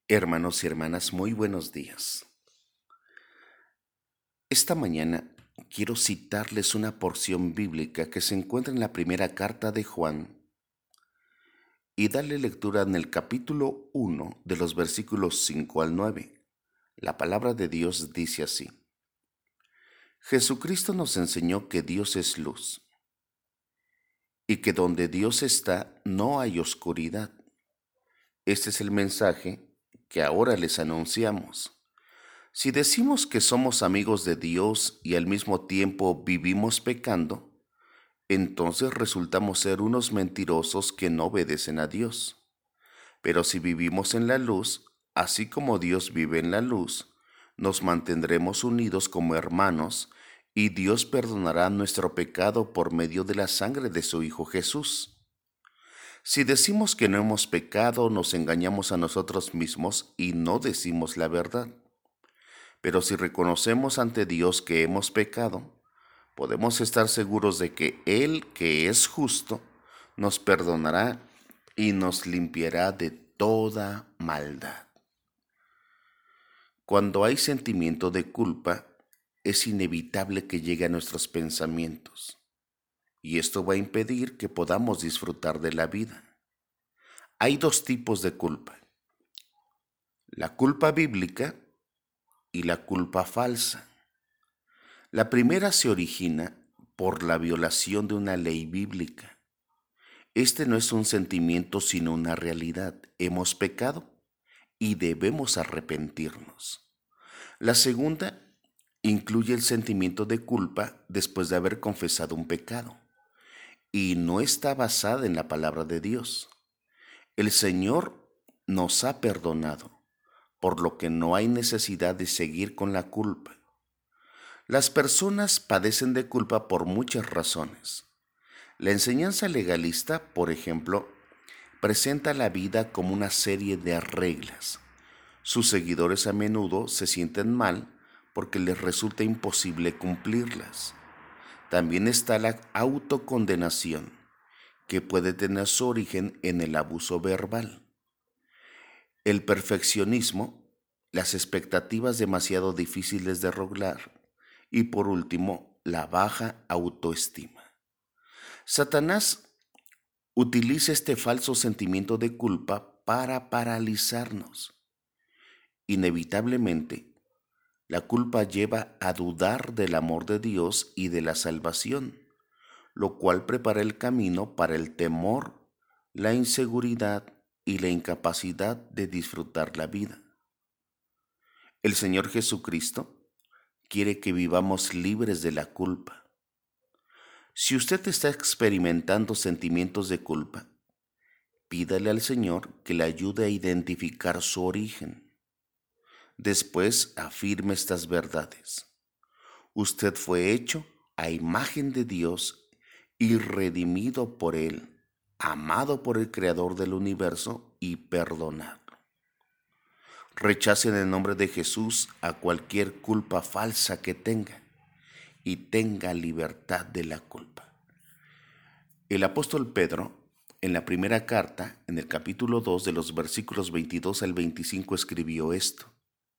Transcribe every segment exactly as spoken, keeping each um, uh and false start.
Hermanos y hermanas, muy buenos días. Esta mañana quiero citarles una porción bíblica que se encuentra en la primera carta de Juan y darle lectura en el capítulo uno de los versículos cinco al nueve. La palabra de Dios dice así: Jesucristo nos enseñó que Dios es luz y que donde Dios está no hay oscuridad. Este es el mensaje que ahora les anunciamos. Si decimos que somos amigos de Dios y al mismo tiempo vivimos pecando, entonces resultamos ser unos mentirosos que no obedecen a Dios. Pero si vivimos en la luz, así como Dios vive en la luz, nos mantendremos unidos como hermanos y Dios perdonará nuestro pecado por medio de la sangre de su Hijo Jesús. Si decimos que no hemos pecado, nos engañamos a nosotros mismos y no decimos la verdad. Pero si reconocemos ante Dios que hemos pecado, podemos estar seguros de que Él, que es justo, nos perdonará y nos limpiará de toda maldad. Cuando hay sentimiento de culpa, es inevitable que llegue a nuestros pensamientos, y esto va a impedir que podamos disfrutar de la vida. Hay dos tipos de culpa: la culpa bíblica y la culpa falsa. La primera se origina por la violación de una ley bíblica. Este no es un sentimiento sino una realidad. Hemos pecado y debemos arrepentirnos. La segunda incluye el sentimiento de culpa después de haber confesado un pecado y no está basada en la palabra de Dios. El Señor nos ha perdonado, por lo que no hay necesidad de seguir con la culpa. Las personas padecen de culpa por muchas razones. La enseñanza legalista, por ejemplo, presenta la vida como una serie de reglas. Sus seguidores a menudo se sienten mal porque les resulta imposible cumplirlas. También está la autocondenación, que puede tener su origen en el abuso verbal. El perfeccionismo, las expectativas demasiado difíciles de lograr y por último, la baja autoestima. Satanás utiliza este falso sentimiento de culpa para paralizarnos. Inevitablemente, la culpa lleva a dudar del amor de Dios y de la salvación, lo cual prepara el camino para el temor, la inseguridad y la incapacidad de disfrutar la vida. El Señor Jesucristo quiere que vivamos libres de la culpa. Si usted está experimentando sentimientos de culpa, pídale al Señor que le ayude a identificar su origen. Después afirme estas verdades. Usted fue hecho a imagen de Dios y redimido por Él, amado por el Creador del universo y perdonado. Rechace en el nombre de Jesús a cualquier culpa falsa que tenga y tenga libertad de la culpa. El apóstol Pedro, en la primera carta, en el capítulo dos, de los versículos veintidós al veinticinco, escribió esto: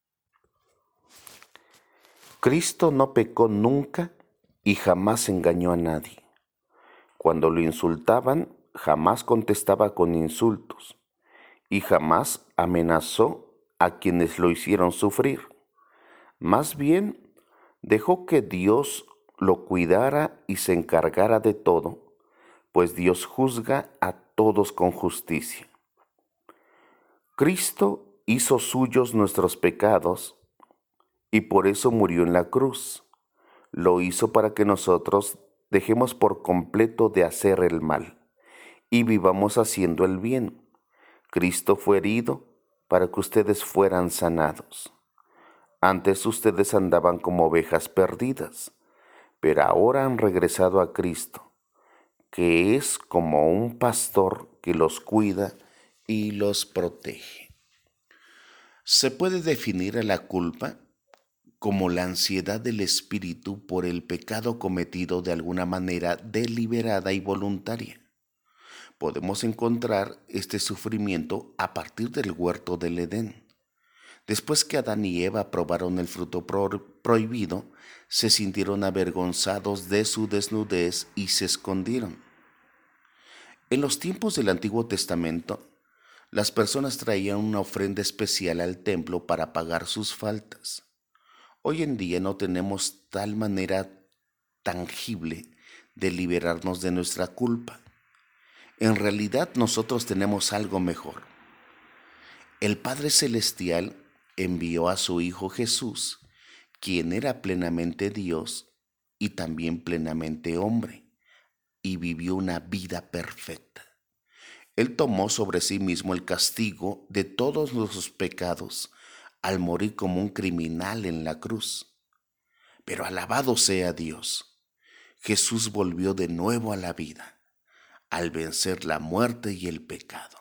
Cristo no pecó nunca y jamás engañó a nadie. Cuando lo insultaban, jamás contestaba con insultos y jamás amenazó a quienes lo hicieron sufrir. Más bien, dejó que Dios lo cuidara y se encargara de todo, pues Dios juzga a todos con justicia. Cristo hizo suyos nuestros pecados y por eso murió en la cruz. Lo hizo para que nosotros dejemos por completo de hacer el mal y vivamos haciendo el bien. Cristo fue herido para que ustedes fueran sanados. Antes ustedes andaban como ovejas perdidas, pero ahora han regresado a Cristo, que es como un pastor que los cuida y los protege. Se puede definir a la culpa como la ansiedad del espíritu por el pecado cometido de alguna manera deliberada y voluntaria. Podemos encontrar este sufrimiento a partir del huerto del Edén. Después que Adán y Eva probaron el fruto pro- prohibido, se sintieron avergonzados de su desnudez y se escondieron. En los tiempos del Antiguo Testamento, las personas traían una ofrenda especial al templo para pagar sus faltas. Hoy en día no tenemos tal manera tangible de liberarnos de nuestra culpa. En realidad nosotros tenemos algo mejor. El Padre Celestial envió a su Hijo Jesús, quien era plenamente Dios y también plenamente hombre, y vivió una vida perfecta. Él tomó sobre sí mismo el castigo de todos nuestros pecados al morir como un criminal en la cruz. Pero alabado sea Dios, Jesús volvió de nuevo a la vida al vencer la muerte y el pecado.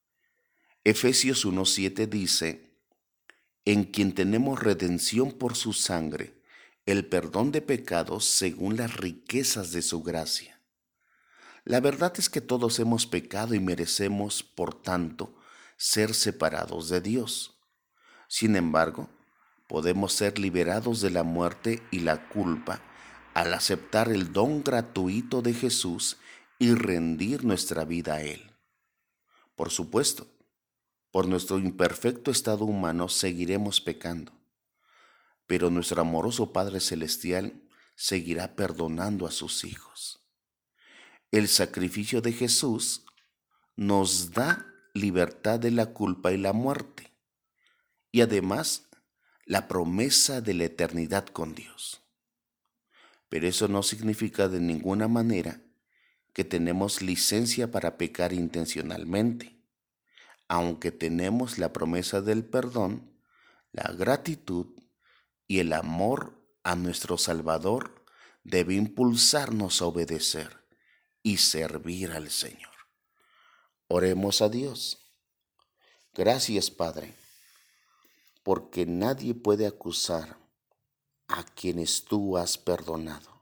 Efesios uno siete dice, en quien tenemos redención por su sangre, el perdón de pecados según las riquezas de su gracia. La verdad es que todos hemos pecado y merecemos, por tanto, ser separados de Dios. Sin embargo, podemos ser liberados de la muerte y la culpa al aceptar el don gratuito de Jesús y rendir nuestra vida a Él. Por supuesto, por nuestro imperfecto estado humano seguiremos pecando, pero nuestro amoroso Padre Celestial seguirá perdonando a sus hijos. El sacrificio de Jesús nos da libertad de la culpa y la muerte, y además la promesa de la eternidad con Dios. Pero eso no significa de ninguna manera que tenemos licencia para pecar intencionalmente. Aunque tenemos la promesa del perdón, la gratitud y el amor a nuestro Salvador debe impulsarnos a obedecer y servir al Señor. Oremos a Dios. Gracias, Padre, porque nadie puede acusar a quienes tú has perdonado.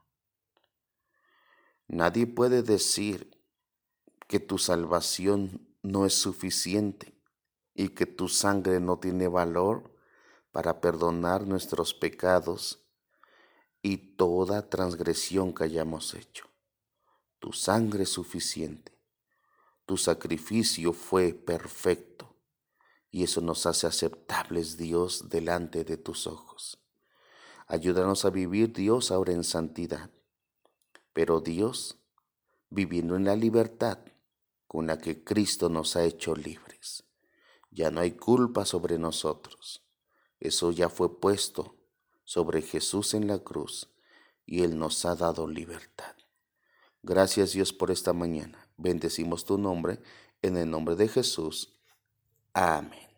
Nadie puede decir que tu salvación no es suficiente y que tu sangre no tiene valor para perdonar nuestros pecados y toda transgresión que hayamos hecho. Tu sangre es suficiente. Tu sacrificio fue perfecto y eso nos hace aceptables, Dios, delante de tus ojos. Ayúdanos a vivir, Dios, ahora en santidad, pero Dios, viviendo en la libertad con la que Cristo nos ha hecho libres. Ya no hay culpa sobre nosotros. Eso ya fue puesto sobre Jesús en la cruz y Él nos ha dado libertad. Gracias, Dios, por esta mañana. Bendecimos tu nombre en el nombre de Jesús. Amén.